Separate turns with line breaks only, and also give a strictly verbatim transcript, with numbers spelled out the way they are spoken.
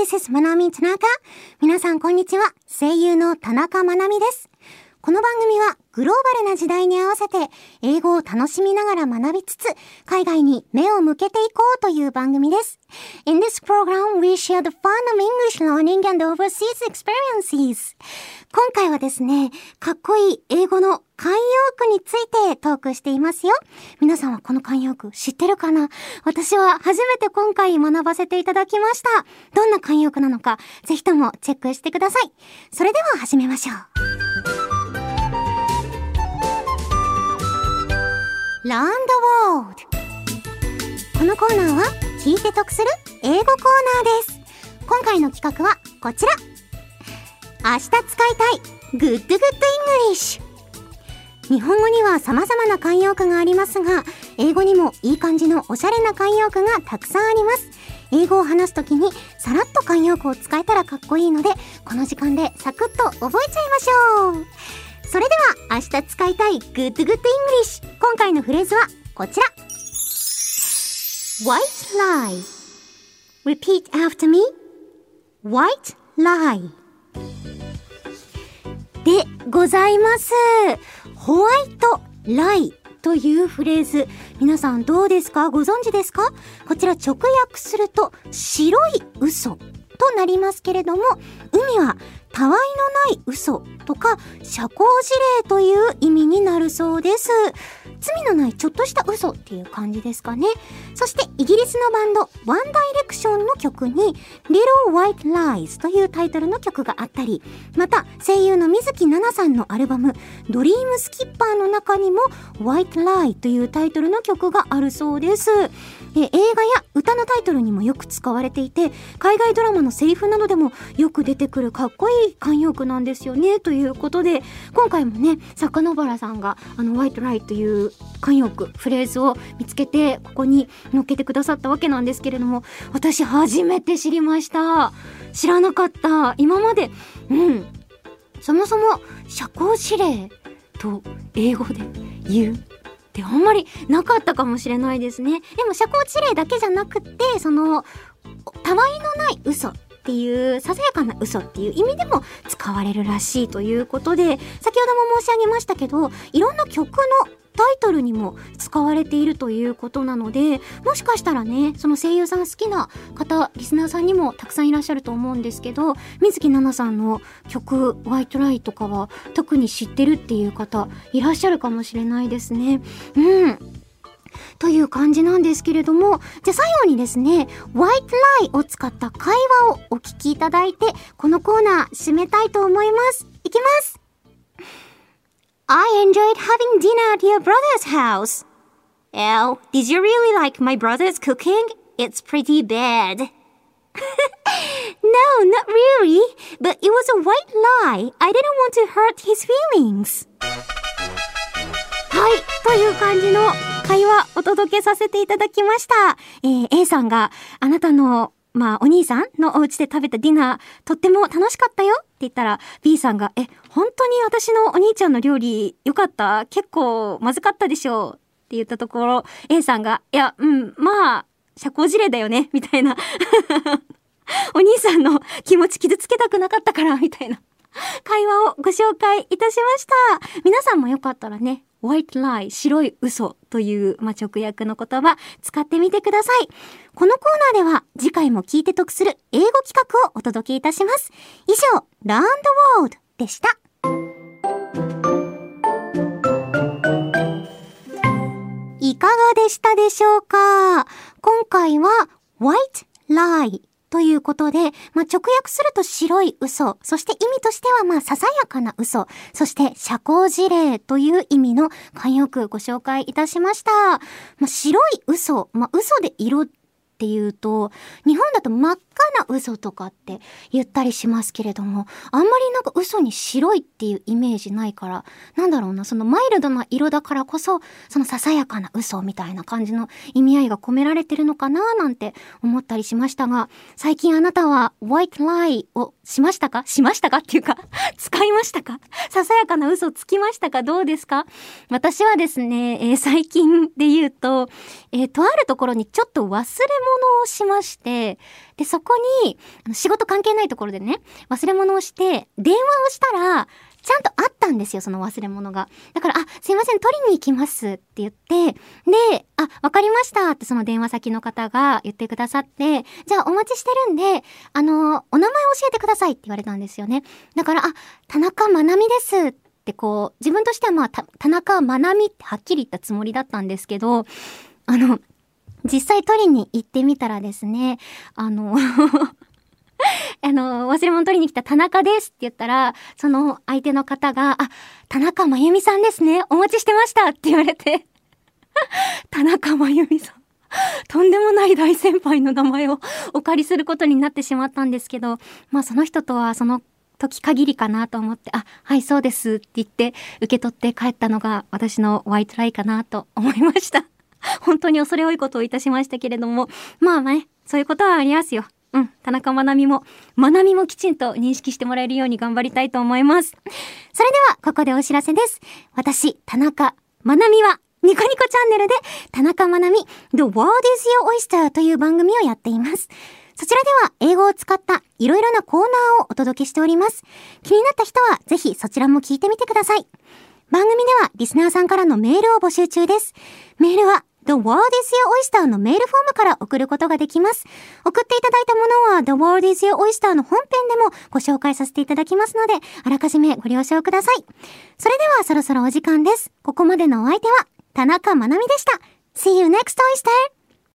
This is まなみ田中。皆さんこんにちは。声優の田中まなみです。この番組はグローバルな時代に合わせて英語を楽しみながら学びつつ海外に目を向けていこうという番組です。In this program, we share the fun of English learning and overseas experiences. 今回はですね、かっこいい英語の慣用句についてトークしていますよ。皆さんはこの慣用句知ってるかな？私は初めて今回学ばせていただきました。どんな慣用句なのか、ぜひともチェックしてください。それでは始めましょう。Learn the World。 このコーナーは聞いて得する英語コーナーです。今回の企画はこちら。明日使いたい Good Good English。 日本語には様々な慣用句がありますが、英語にもいい感じのおしゃれな慣用句がたくさんあります。英語を話すときにさらっと慣用句を使えたらかっこいいので、この時間でサクッと覚えちゃいましょう。それでは明日使いたい Good Good English。 今回のフレーズはこちら。 White lie。 Repeat after me. White lie でございます。ホワイトライというフレーズ、皆さんどうですか？ご存知ですか？こちら直訳すると白い嘘となりますけれども、意味はたわいのない嘘とか社交辞令という意味になるそうです。罪のないちょっとした嘘っていう感じですかね。そしてイギリスのバンドワンダイレクションの曲に Little White Lies というタイトルの曲があったり、また声優の水木奈々さんのアルバムドリームスキッパーの中にも White Lie というタイトルの曲があるそうです。え映画や歌のタイトルにもよく使われていて、海外ドラマのセリフなどでもよく出てくるかっこいい慣用句なんですよね。ということで今回もね、坂野原さんがあの White Lie という慣用句フレーズを見つけてここに載っけてくださったわけなんですけれども、私初めて知りました。知らなかった。今までうんそもそも社交辞令と英語で言うってあんまりなかったかもしれないですね。でも社交辞令だけじゃなくて、そのたわいのない嘘っていうささやかな嘘っていう意味でも使われるらしいということで、先ほども申し上げましたけど、いろんな曲のタイトルにも使われているということなので、もしかしたらね、その声優さん好きな方、リスナーさんにもたくさんいらっしゃると思うんですけど、水木奈々さんの曲「ホワイトライ」とかは特に知ってるっていう方いらっしゃるかもしれないですね。うんという感じなんですけれども、じゃあ最後にですね、White Lie を使った会話をお聞きいただいて、このコーナー締めたいと思います。いきます。I enjoyed having dinner at your brother's house. Oh, did you really like my brother's cooking? It's pretty bad. No, not really. But it was a white lie. I didn't want to hurt his feelings. はい、という感じの会話お届けさせていただきました。えー、A さんがあなたのまあお兄さんのお家で食べたディナーとっても楽しかったよって言ったら、 B さんがえ本当に私のお兄ちゃんの料理良かった？結構まずかったでしょうって言ったところ、 A さんがいやうんまあ社交辞令だよねみたいなお兄さんの気持ち傷つけたくなかったからみたいな会話をご紹介いたしました。皆さんもよかったらね、White Lie 白い嘘という、まあ、直訳の言葉使ってみてください。このコーナーでは次回も聞いて得する英語企画をお届けいたします。以上 Learn the World でした。いかがでしたでしょうか？今回は White Lieということで、まあ、直訳すると白い嘘、そして意味としてはまあささやかな嘘、そして社交辞令という意味の慣用句ご紹介いたしました。まあ、白い嘘、まあ、嘘で色っていうと日本だと真っ赤な嘘とかって言ったりしますけれども、あんまりなんか嘘に白いっていうイメージないから、なんだろうな、そのマイルドな色だからこそそのささやかな嘘みたいな感じの意味合いが込められてるのかななんて思ったりしましたが、最近あなたは White Lie をしましたかしましたかっていうか、使いましたか？ささやかな嘘つきましたか？どうですか？私はですね、えー、最近で言うと、えー、とあるところにちょっと忘れ物をしまして、で、そこに、あの仕事関係ないところでね、忘れ物をして、電話をしたら、ちゃんとあったんですよ、その忘れ物が。だから、あ、すいません、取りに行きますって言って、で、あ、わかりましたってその電話先の方が言ってくださって、じゃあお待ちしてるんで、あの、お名前教えてくださいって言われたんですよね。だから、あ、田中まなみですってこう、自分としてはまあ、た田中まなみってはっきり言ったつもりだったんですけど、あの、実際取りに行ってみたらですね、あの、あの、忘れ物取りに来た田中ですって言ったら、その相手の方が、あ、田中真由美さんですね。お待ちしてましたって言われて。田中真由美さん。とんでもない大先輩の名前をお借りすることになってしまったんですけど、まあその人とはその時限りかなと思って、あ、はいそうですって言って受け取って帰ったのが私のワイトライかなと思いました。本当に恐れ多いことをいたしましたけれども、まあまあね、そういうことはありますよ。うん、田中まなみも、まなみもきちんと認識してもらえるように頑張りたいと思います。それでは、ここでお知らせです。私、田中まなみは、ニコニコチャンネルで、田中まなみ、The World is Your Oyster という番組をやっています。そちらでは、英語を使ったいろいろなコーナーをお届けしております。気になった人は、ぜひそちらも聞いてみてください。番組では、リスナーさんからのメールを募集中です。メールは、The World is Your Oyster のメールフォームから送ることができます。送っていただいたものは The World is Your Oyster の本編でもご紹介させていただきますので、あらかじめご了承ください。それではそろそろお時間です。ここまでのお相手は田中まなみでした。See you next Oyster!